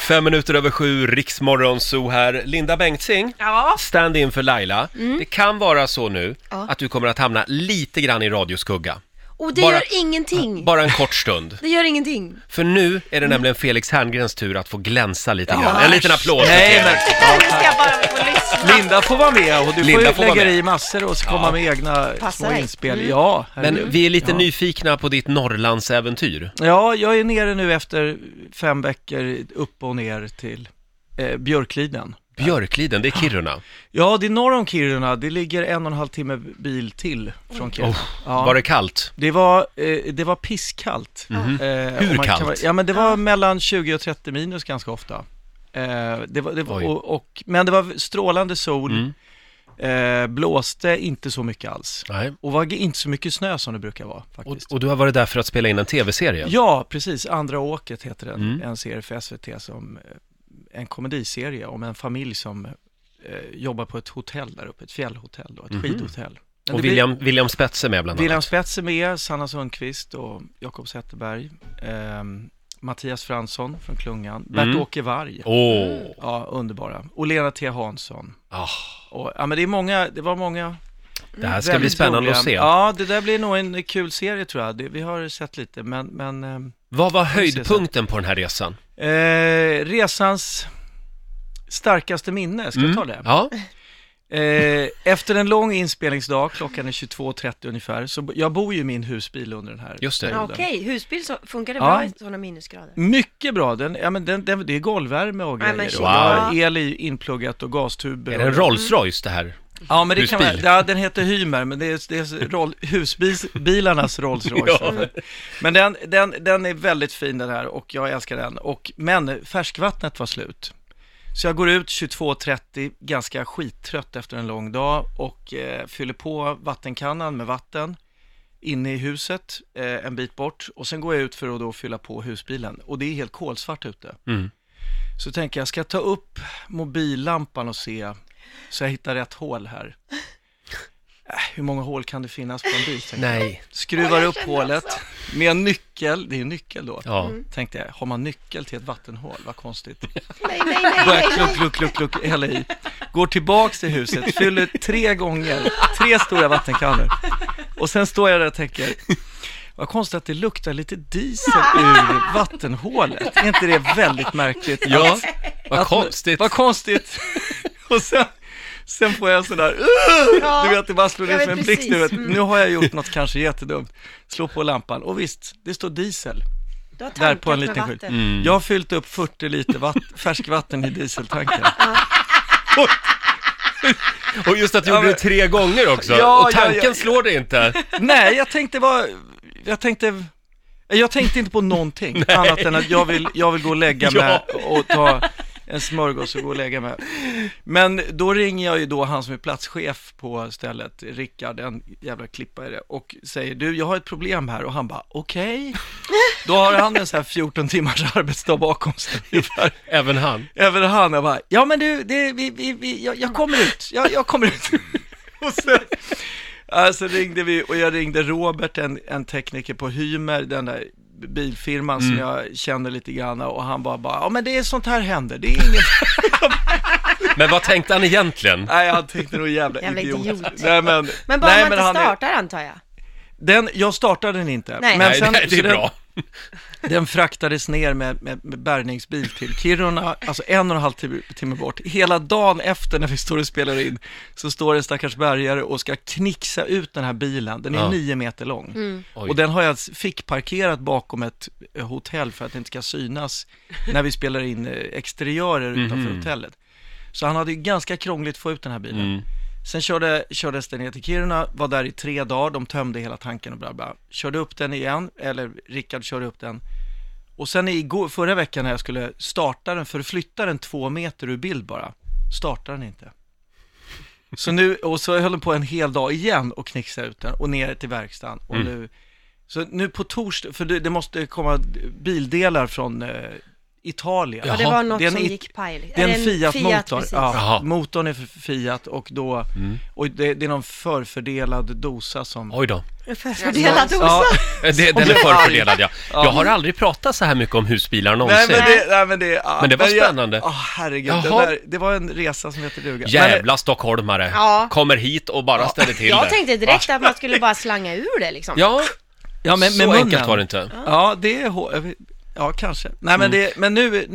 7:05, Riksmorgon Zoo här. Linda Bengtzing, stand in för Laila. Det kan vara så nu att du kommer att hamna lite grann i radioskugga. Och det gör ingenting. Bara en kort stund. Det gör ingenting. För nu är det nämligen Felix Herngrens tur att få glänsa lite grann. En liten applåd. Nej, men Jag bara får lyssna. Linda får vara med och du Linda får får lägga vara i massor och så komma med egna små inspel. Ja, men vi är lite nyfikna på ditt Norrlandsäventyr. Ja, jag är nere nu efter 5 veckor upp och ner till Björkliden. Björkliden, det är Kiruna. Ja, det är norr om Kiruna. Det ligger 1,5 timme bil till från Kiruna. Var det kallt? Det var pisskallt. Hur kallt? Ja, men det var mellan 20 och 30 minus ganska ofta. Men det var strålande sol. Blåste inte så mycket alls. Nej. Och var inte så mycket snö som det brukar vara faktiskt. Och du har varit där för att spela in en tv-serie? Ja, precis. Andra åket heter den. En serie för SVT som en komediserie om en familj som jobbar på ett hotell där uppe, ett fjällhotell då, ett skidhotell. Och William Spets är med bland annat. William Spets är med, Sanna Sundqvist och Jakob Zetterberg, Mattias Fransson från Klungan, Bert-Åke Varg. Ja, underbara. Och Lena T. Hansson. Men det var många. Det här ska bli spännande att se. Ja, det där blir nog en kul serie tror jag. Vi har sett lite, men vad var höjdpunkten på den här resan? Resans starkaste minne, ska jag ta det? Ja. Efter en lång inspelningsdag, klockan är 22:30 ungefär, så jag bor ju i min husbil under den här perioden. Okej, husbil funkar det bra i sådana minusgrader? Mycket bra, det är golvvärme och grejer. Jag har el inpluggat och gastuber. Är det en Rolls Royce det här? Ja, men det kan man, den heter Hymer, men det är husbilarnas Rolls Royce. Men den är väldigt fin den här och jag älskar den. Men färskvattnet var slut. Så jag går ut 22:30, ganska skittrött efter en lång dag och fyller på vattenkannan med vatten inne i huset en bit bort. Och sen går jag ut för att då fylla på husbilen. Och det är helt kolsvart ute. Så tänker jag, ska ta upp mobillampan och se så jag hittar rätt hål här. Hur många hål kan det finnas på en bil? Nej. Skruvar upp hålet med en nyckel. Det är en nyckel då. Tänkte jag, har man nyckel till ett vattenhål? Vad konstigt. Nej. Börjar kluck, häller i. Går tillbaks till huset, fyller 3 gånger, 3 stora vattenkannor. Och sen står jag där och tänker, vad konstigt att det luktar lite diesel ur vattenhålet. Är inte det väldigt märkligt? Ja, vad konstigt. Vad konstigt. Och sen får jag sådär, du vet, det bara slår ner som en blixt. Nu har jag gjort något kanske jättedumt. Slå på lampan och visst, det står diesel där på en liten skylt. Jag har fyllt upp 40 liter färskvatten i dieseltanken. Och just att du gjorde det 3 gånger också. Och tanken slår det inte. Nej, jag tänkte inte på någonting annat än att jag vill gå och lägga mig och ta en smörgås och gå och lägga mig. Men då ringer jag ju då han som är platschef på stället, Rickard, en jävla klippare, och säger, du, jag har ett problem här. Och han bara, okej. Då har han en så här 14 timmars arbetsdag bakom sig. Även han. Jag bara, ja men du, jag kommer ut. Jag kommer ut. Och sen alltså ringde vi, och jag ringde Robert, en tekniker på Hymer, den där bilfirman som jag känner lite grann, och han bara, ja men det är sånt här händer, det är inget. Men vad tänkte han egentligen? Nej, han tänkte nog jävla idiot. Nej, men bara man inte startar, antar jag. Jag startade den inte. Nej. Men sen, det är bra. Den fraktades ner med bärgningsbil till Kiruna, alltså 1,5 timme bort. Hela dagen efter när vi står och spelar in så står en stackars bärgare och ska knixa ut den här bilen. Den är 9 meter lång. Och den har jag fick parkerat bakom ett hotell för att det inte ska synas när vi spelar in exteriörer utanför hotellet. Så han hade ju ganska krångligt att få ut den här bilen. Sen kördes den ner till Kiruna, var där i 3 dagar, de tömde hela tanken och bla. Körde upp den igen, eller Rickard körde upp den. Och sen förra veckan när jag skulle starta den för att flytta den 2 meter ur bild bara, startade den inte. Så höll den på en hel dag igen och knixa ut den och ner till verkstaden. Och nu på torsdag, för det måste komma bildelar från Italia. Ja, det var något som gick paj. Det är en Fiat-motor. Ja, motorn är Fiat och då och det är någon förfördelad dosa som... Oj då. Förfördelad dosa? Ja, den är förfördelad, ja. Jag har aldrig pratat så här mycket om husbilar någonsin. Men det var spännande. Herregud, det var en resa som heter duga. Jävla stockholmare. Kommer hit och bara ställer till Jag tänkte direkt att man skulle bara slanga ur det liksom. Ja, men så enkelt var det inte. Ja, det är... Ja, kanske. Nej, men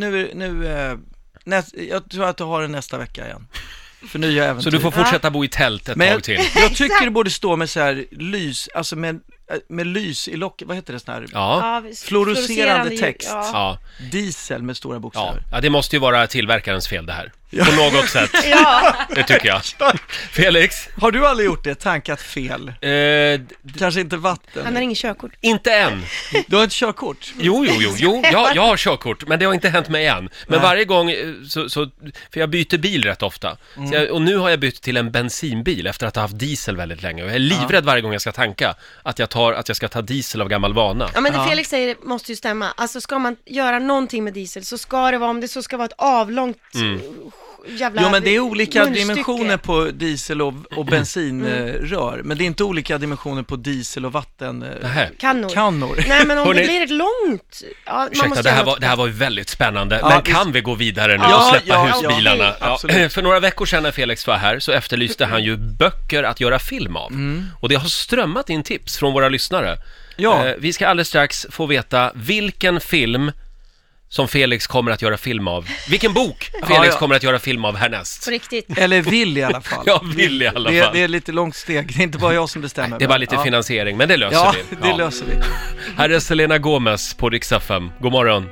jag tror att du har den nästa vecka igen. För nya äventyr. Så du får fortsätta bo i tält ett tag till. Jag tycker det borde stå med så här lys, alltså med lys i locket, vad heter det sån här? Fluorescerande text. Ja. Diesel med stora bokstäver. Ja, det måste ju vara tillverkarens fel det här. På något sätt. Det tycker jag. Felix? Har du aldrig gjort det? Tankat fel? Kanske inte vatten? Han har ingen körkort. Inte än. Du har ett körkort? Jo, jag har körkort, men det har inte hänt mig än. Men varje gång, för jag byter bil rätt ofta. Och nu har jag bytt till en bensinbil efter att ha haft diesel väldigt länge. Och jag är livrädd varje gång jag ska tanka att jag ska ta diesel av gammal vana. Ja, men det Felix säger måste ju stämma. Alltså ska man göra någonting med diesel så ska det vara, om det så ska vara ett avlångt jävla... Jo, men det är olika dimensioner på diesel och bensinrör. Men det är inte olika dimensioner på diesel och vattenkannor. Nej, men om det blir ett långt... Ja, ursäkta, det här var ju väldigt spännande. Men kan vi gå vidare nu och släppa husbilarna? För några veckor sedan när Felix var här så efterlyste han ju böcker att göra film av. Och det har strömmat in tips från våra lyssnare. Vi ska alldeles strax få veta vilken film som Felix kommer att göra film av. Vilken bok Felix kommer att göra film av härnäst. På riktigt. Eller vill i alla fall. Vill i alla fall. Det är lite långt steg. Det är inte bara jag som bestämmer. Det är bara lite finansiering, men det löser vi. Det löser vi. Här är Selena Gomez på Rix FM. God morgon.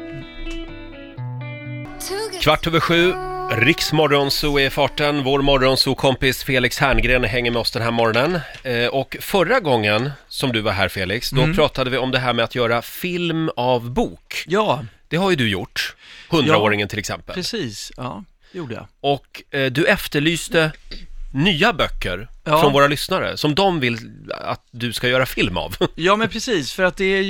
6:15. Rix Morgonzoo är farten. Vår Morgonzoo-kompis Felix Herngren hänger med oss den här morgonen. Och förra gången som du var här, Felix, då pratade vi om det här med att göra film av bok. Ja. Det har ju du gjort. 100-åringen till exempel. Precis, gjorde jag. Och du efterlyste nya böcker från våra lyssnare som de vill att du ska göra film av. Ja, men precis, för att det är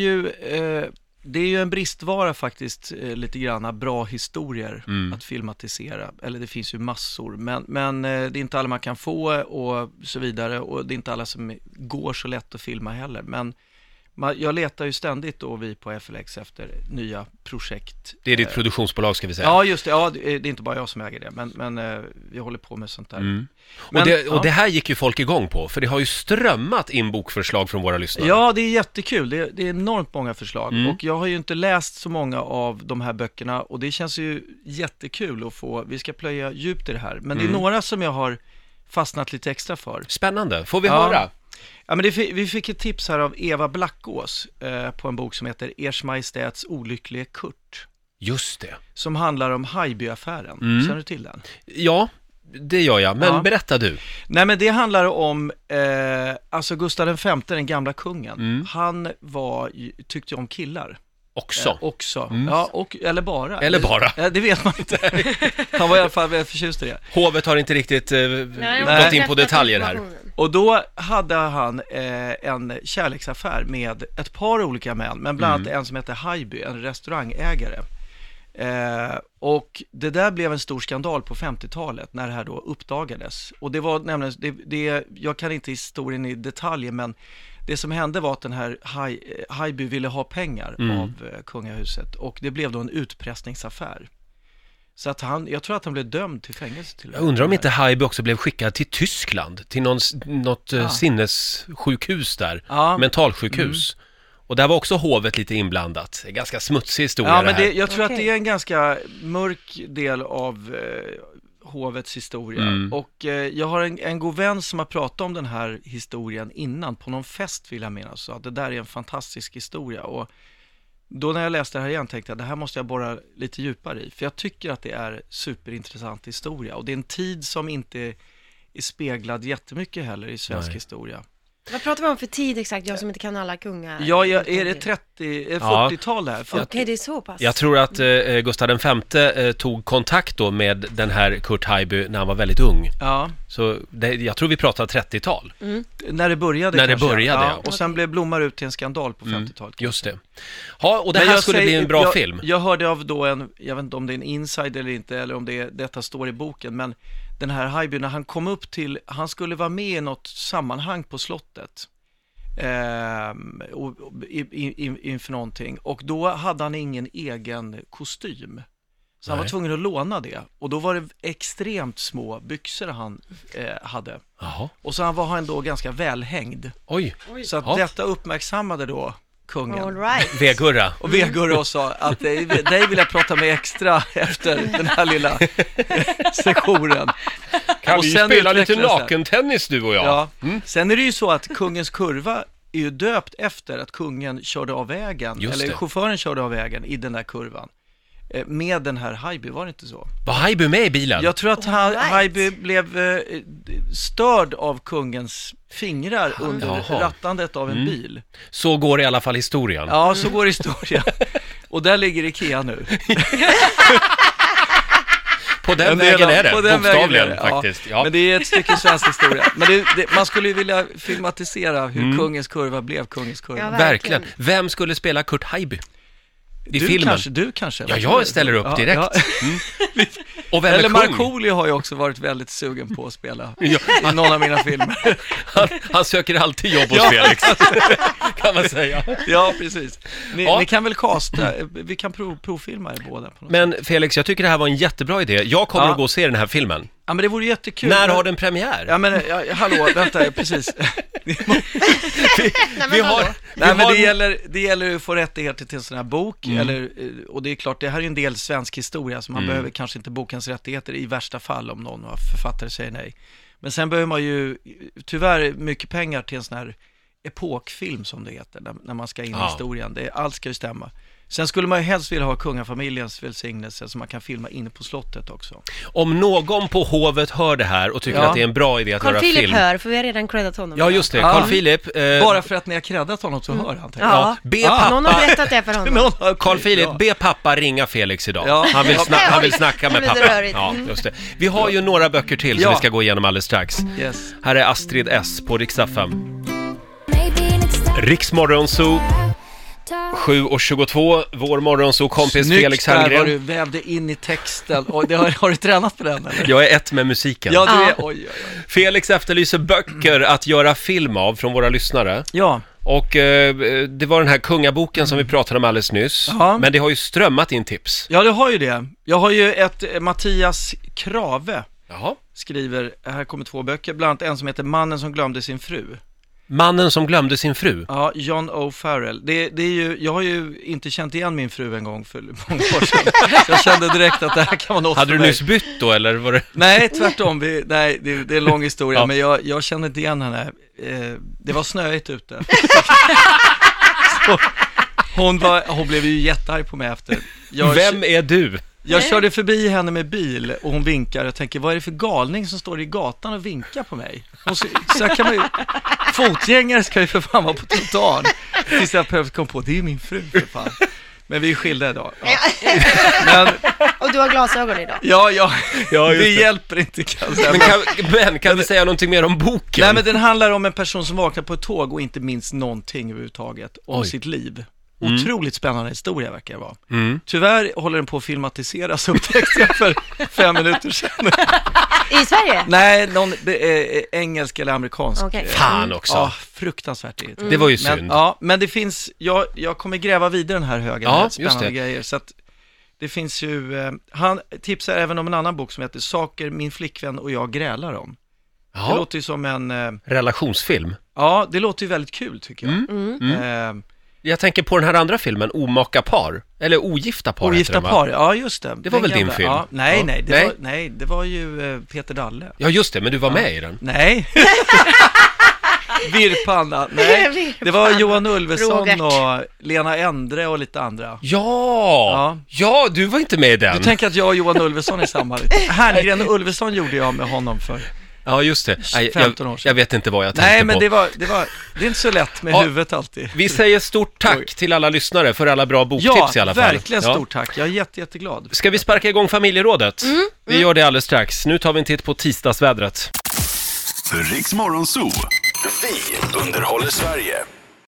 ju en bristvara faktiskt, lite grann bra historier att filmatisera. Eller det finns ju massor, men det är inte alla man kan få och så vidare. Och det är inte alla som går så lätt att filma heller. Men jag letar ju ständigt då, vi på FLX, efter nya projekt. Det är ditt produktionsbolag, ska vi säga. Ja, just det. Ja, det är inte bara jag som äger det, men vi håller på med sånt där. Och det här gick ju folk igång på, för det har ju strömmat in bokförslag från våra lyssnare. Ja, det är jättekul. Det är enormt många förslag. Och jag har ju inte läst så många av de här böckerna, och det känns ju jättekul att få. Vi ska plöja djupt i det här. Men det är några som jag har fastnat lite extra för. Spännande. Får vi höra? Ja, men vi fick ett tips här av Eva Blackås på en bok som heter Ers Majestäts olycklige Kurt. Just det. Som handlar om Haijby-affären. Känner du till den? Ja, det gör jag. Men berätta du. Nej, men det handlar om alltså Gustav V, den gamla kungen. Han tyckte om killar. Också. Ja, eller bara. Eller bara. Det vet man inte. Han var i alla fall väldigt förtjust i det. Hovet har inte riktigt gått in på detaljer här. Och då hade han en kärleksaffär med ett par olika män, men bland annat en som heter Haijby, en restaurangägare. Och det där blev en stor skandal på 50-talet när det här då uppdagades. Och det var nämligen, jag kan inte historien i detalj, men det som hände var att den här Haijby ville ha pengar av kungahuset, och det blev då en utpressningsaffär. Så att jag tror att han blev dömd till fängelse till. Jag undrar om inte Haijby också blev skickad till Tyskland, till något sinnessjukhus där, mentalsjukhus. Och där var också hovet lite inblandat. Det är ganska smutsig historia. Ja, men jag tror att det är en ganska mörk del av hovets historia. Och jag har en god vän som har pratat om den här historien innan på någon fest, vill jag mena, så att det där är en fantastisk historia. Och då när jag läste det här igen tänkte jag, det här måste jag borra lite djupare i, för jag tycker att det är superintressant historia, och det är en tid som inte är speglad jättemycket heller i svensk historia. Vad pratar vi om för tid exakt, jag som inte kan alla kungar? Ja, är det 40-tal där? Okej, det är så pass. Jag tror att Gustav V tog kontakt då med den här Kurt Haijby när han var väldigt ung. Ja. Så jag tror vi pratar 30-tal. När det började. Ja. Och sen blev blommar ut till en skandal på 50-talet. Just det. Ja, och det här skulle bli en bra film. Jag hörde av då jag vet inte om det är en insider eller inte, eller om detta står i boken, men den här Haijby, när han kom upp till, han skulle vara med i något sammanhang på slottet inför någonting, och då hade han ingen egen kostym. Så han var tvungen att låna det. Och då var det extremt små byxor han hade. Jaha. Och så var han då ganska välhängd. Oj. Så att detta uppmärksammade då kungen. All right. Vegurra. Och Vegurra sa att dig vill jag prata med extra efter den här lilla sessionen. Kan vi spela lite nakentennis du och jag? Ja. Sen är det ju så att kungens kurva är ju döpt efter att kungen körde av vägen. Eller chauffören körde av vägen i den där kurvan. Med den här Haijby, var det inte så? Var Haijby med i bilen? Jag tror att Haijby blev störd av kungens fingrar under rattandet av en bil. Så går i alla fall historien. Ja, så går historien. Och där ligger Ikea nu. På den vägen är det, bokstavligen faktiskt. Ja. Men det är ett stycke svensk historia. Men man skulle ju vilja filmatisera hur kungens kurva blev kungens kurva. Ja, verkligen. Vem skulle spela Kurt Haijby? I filmen. Du kanske. Ja, jag ställer upp direkt. Ja. Och vem eller Markoolio har ju också varit väldigt sugen på att spela i någon av mina filmer. Han söker alltid jobb hos Felix, kan man säga. Ja, precis. Ni kan väl casta, vi kan provfilma er båda. På något Men Felix, jag tycker det här var en jättebra idé. Jag kommer att gå och se den här filmen. Ja, men det vore jättekul. När har den premiär? Ja, men hallå, vänta, precis. Det gäller att få rättigheter till en sån här bok. Och det är klart, det här är en del svensk historia, så man behöver kanske inte bokens rättigheter i värsta fall om någon av författare säger nej. Men sen behöver man ju tyvärr mycket pengar till en sån här epokfilm som det heter, när man ska in i historien. Allt ska ju stämma. Sen skulle man ju helst vilja ha kungafamiljens välsignelse så man kan filma inne på slottet också. Om någon på hovet hör det här och tycker att det är en bra idé att göra film. Carl Philip hör, för vi har redan creddat honom. Ja, just det. Carl Philip. Bara för att ni har creddat honom så hör han. Ja, någon har berättat det för honom. Carl Philip, be pappa ringa Felix idag. Ja. Han vill snacka med pappa. Ja, just det. Vi har ju några böcker till som vi ska gå igenom alldeles strax. Yes. Här är Astrid S på Rix FM. Rix Morgonzoo. 7:22, vår morgonzoo-kompis Felix Herngren. Snyggt, vad du vävde in i texten. Och har du tränat på den, eller? Jag är ett med musiken. Ja, du är. Oj. Felix efterlyser böcker att göra film av från våra lyssnare. Ja. Och det var den här kungaboken som vi pratade om alldeles nyss. Ja. Men det har ju strömmat in tips. Ja, det har ju det. Jag har ju Mattias Krave. Skriver, här kommer 2 böcker, bland annat en som heter Mannen som glömde sin fru. Mannen som glömde sin fru? Ja, John O. Farrell. Det är ju, jag har ju inte känt igen min fru en gång för många år sedan. Så jag kände direkt att det här kan vara något. Hade du nyss bytt då, eller var det? Nej, tvärtom. Det är en lång historia, men jag kände inte igen henne. Det var snöigt ute. Så hon blev ju jättearg på mig efter. Vem är du? Jag körde förbi henne med bil och hon vinkar och tänker, vad är det för galning som står i gatan och vinkar på mig? Och så kan man ju, fotgängare ska ju för fan vara på trottoaren. Tills jag behövde komma på, det är min fru för fan. Men vi är skilda idag. Ja. Och du har glasögon idag. Ja, det hjälper inte, kan jag säga. Men kan du säga någonting mer om boken? Nej, men den handlar om en person som vaknar på ett tåg och inte minst någonting överhuvudtaget om sitt liv. Otroligt spännande historia verkar det vara. Tyvärr håller den på att filmatiseras, upptäckte jag för 5 minuter sedan. I Sverige? Nej, någon engelsk eller amerikansk. Okay. Fan också. Ja, fruktansvärt. Det var ju synd. Men det finns, jag kommer gräva vidare den här högen med spännande grejer. Så att det finns ju, han tipsar även om en annan bok som heter Saker min flickvän och jag grälar om. Det låter ju som en relationsfilm. Ja, det låter ju väldigt kul tycker jag. Jag tänker på den här andra filmen, Omaka par. Eller Ogifta par. Ogifta par, ja just det. Det var väl din film? Ja, nej, det var ju Peter Dalle. Ja just det, men du var med i den. Nej. Virpanna, nej. Det var Johan Ulveson och Lena Endre och lite andra. Ja, du var inte med i den. Du tänker att jag och Johan Ulveson är samma. Herngren och Ulveson gjorde jag med honom för. Ja, just det. 15 år sedan. Jag vet inte vad jag tänkte på. Nej, men det är inte så lätt med huvudet alltid. Vi säger stort tack till alla lyssnare för alla bra boktips i alla fall. Verkligen stort tack. Jag är jätteglad. Ska vi sparka igång familjerådet? Vi gör det alldeles strax. Nu tar vi en titt på tisdagsvädret. Rix Morgonzoo. Vi underhåller Sverige.